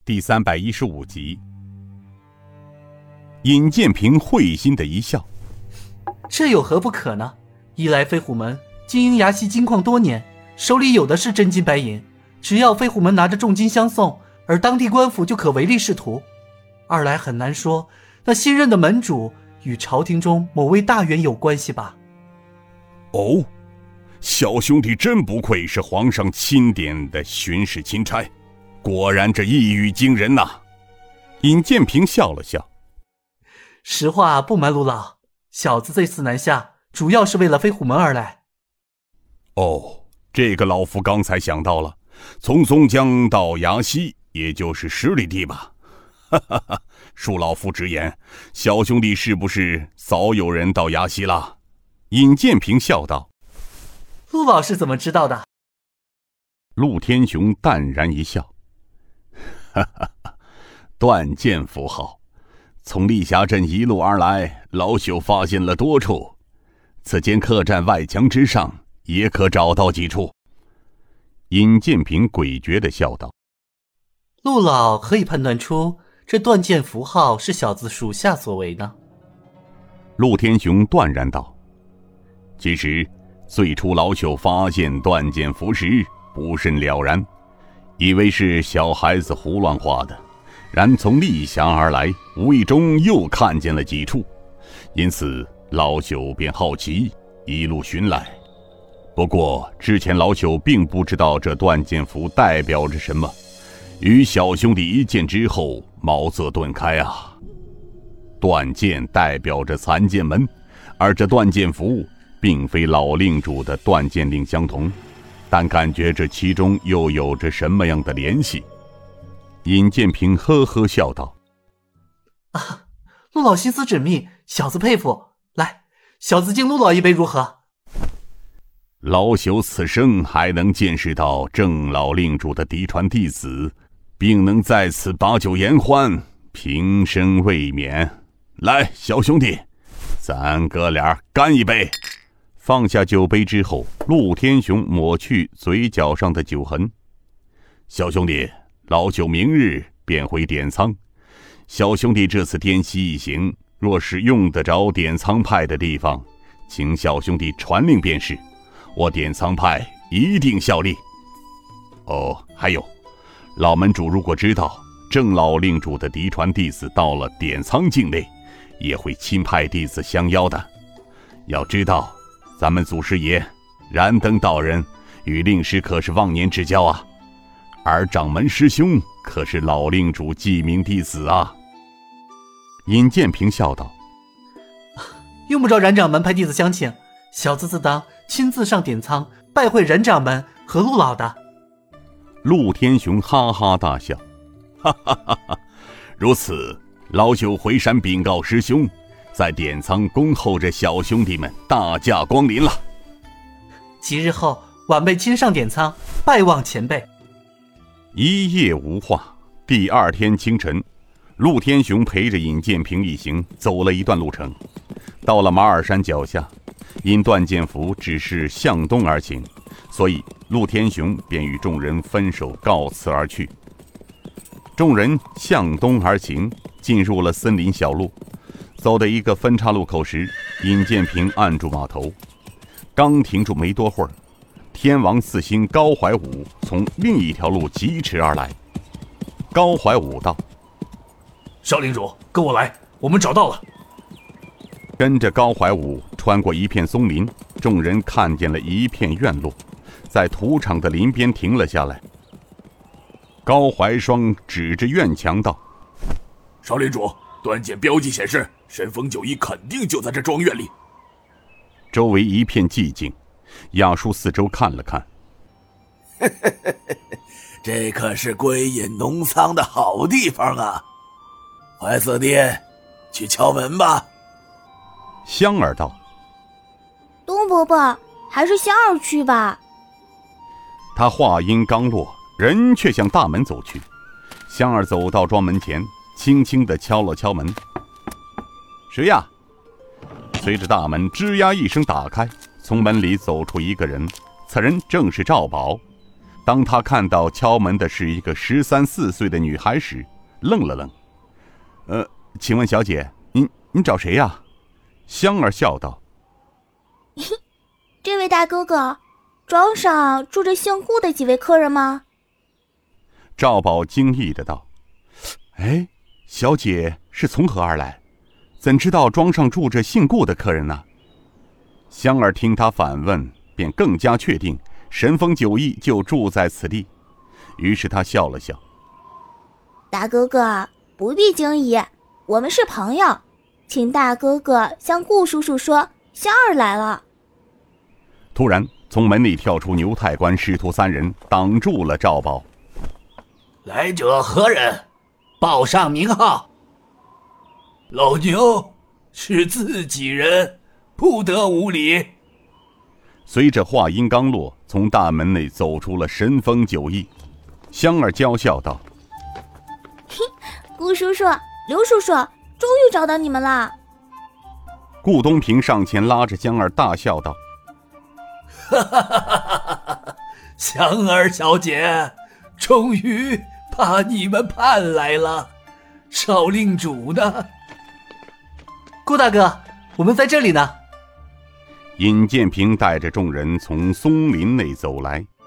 第315集。尹建平会心的一笑， 这有何不可呢？一来飞虎门经营崖溪金矿多年，手里有的是真金白银，只要飞虎门拿着重金相送，而当地官府就可唯利是图；二来很难说那新任的门主与朝廷中某位大员有关系吧。 哦，小兄弟真不愧是皇上钦点的巡视钦差，果然这一语惊人呐。尹建平笑了笑， 实话不瞒卢老，小子这次南下主要是为了飞虎门而来。 哦，这个老夫刚才想到了，从松江到崖溪也就是10里地吧。哈哈哈，恕老夫直言，小兄弟是不是早有人到崖溪了？尹建平笑道。 陆老是怎么知道的？ 陆天雄淡然一笑，哈哈哈，断剑符号从历霞镇一路而来，老朽发现了多处，此间客栈外墙之上也可找到几处。尹建平诡谲地笑道。 陆老可以判断出这断剑符号是小子属下所为呢？ 陆天雄断然道。其实最初老朽发现断剑符时不甚了然，以为是小孩子胡乱画的，然从历霞而来，无意中又看见了几处，因此老朽便好奇，一路寻来。不过之前老朽并不知道这断剑符代表着什么，与小兄弟一见之后，茅塞顿开啊！断剑代表着残剑门，而这断剑符并非老令主的断剑令相同，但感觉这其中又有着什么样的联系？尹建平呵呵笑道：“ 啊，陆老心思缜密，小子佩服。来，小子敬陆老一杯如何？” 老朽此生还能见识到郑老令主的嫡传弟子，并能在此把酒言欢，平生未免。来，小兄弟，咱哥俩干一杯！放下酒杯之后，陆天雄抹去嘴角上的酒痕。小兄弟，老朽明日便回典仓。小兄弟这次滇西一行，若是用得着典仓派的地方，请小兄弟传令便是，我典仓派一定效力。哦，还有，老门主如果知道郑老令主的嫡传弟子到了典仓境内，也会亲派弟子相邀的。要知道，咱们祖师爷燃灯道人与令师可是忘年之交啊，而掌门师兄可是老令主记名弟子啊。尹建平笑道：“ 用不着冉掌门派弟子相请，小子自当亲自上典仓拜会冉掌门和陆老的。” 陆天雄哈哈大笑：“哈哈哈哈！如此，老朽回山禀告师兄，在典仓恭候着小兄弟们大驾光临了。 即日后，晚辈亲上典仓拜望前辈。” 一夜无话。第二天清晨，陆天雄陪着尹建平一行走了一段路程，到了马尔山脚下，因断剑符只是向东而行，所以陆天雄便与众人分手告辞而去。众人向东而行，进入了森林小路。走到一个分岔路口时，尹建平按住马头，刚停住没多会儿，天王四星高怀武从另一条路疾驰而来。高怀武道：“ 少领主，跟我来，我们找到了。” 跟着高怀武穿过一片松林，众人看见了一片院落，在土场的林边停了下来。高怀双指着院墙道：“ 少领主，断剑标记显示神风九一肯定就在这庄院里。” 周围一片寂静，亚叔四周看了看， 这可是归隐农仓的好地方啊！怀四弟，去敲门吧。 香儿道：“ 东伯伯，还是香儿去吧。” 他话音刚落，人却向大门走去。香儿走到庄门前，轻轻地敲了敲门。“谁呀？”随着大门吱呀一声打开，从门里走出一个人，此人正是赵宝。 当他看到敲门的是一个13、14岁的女孩时，愣了愣。请问小姐，您找谁呀？香儿笑道。 这位大哥哥，庄上住着姓顾的几位客人吗？ 赵宝惊异的道。哎，小姐是从何而来？怎知道庄上住着姓顾的客人呢？香儿听他反问，便更加确定神风九翼就住在此地，于是他笑了笑。 大哥哥不必惊疑，我们是朋友，请大哥哥向顾叔叔说香儿来了。 突然从门里跳出牛太官师徒3人，挡住了赵宝。 来者何人？ 报上名号。 老牛，是自己人，不得无礼。 随着话音刚落，从大门内走出了神风九翼。香儿娇笑道： 顾叔叔、刘叔叔，终于找到你们了。 顾东平上前拉着香儿大笑道： 香儿小姐，终于把你们盼来了。少令主呢？ 顾大哥，我们在这里呢。 尹建平带着众人从松林内走来，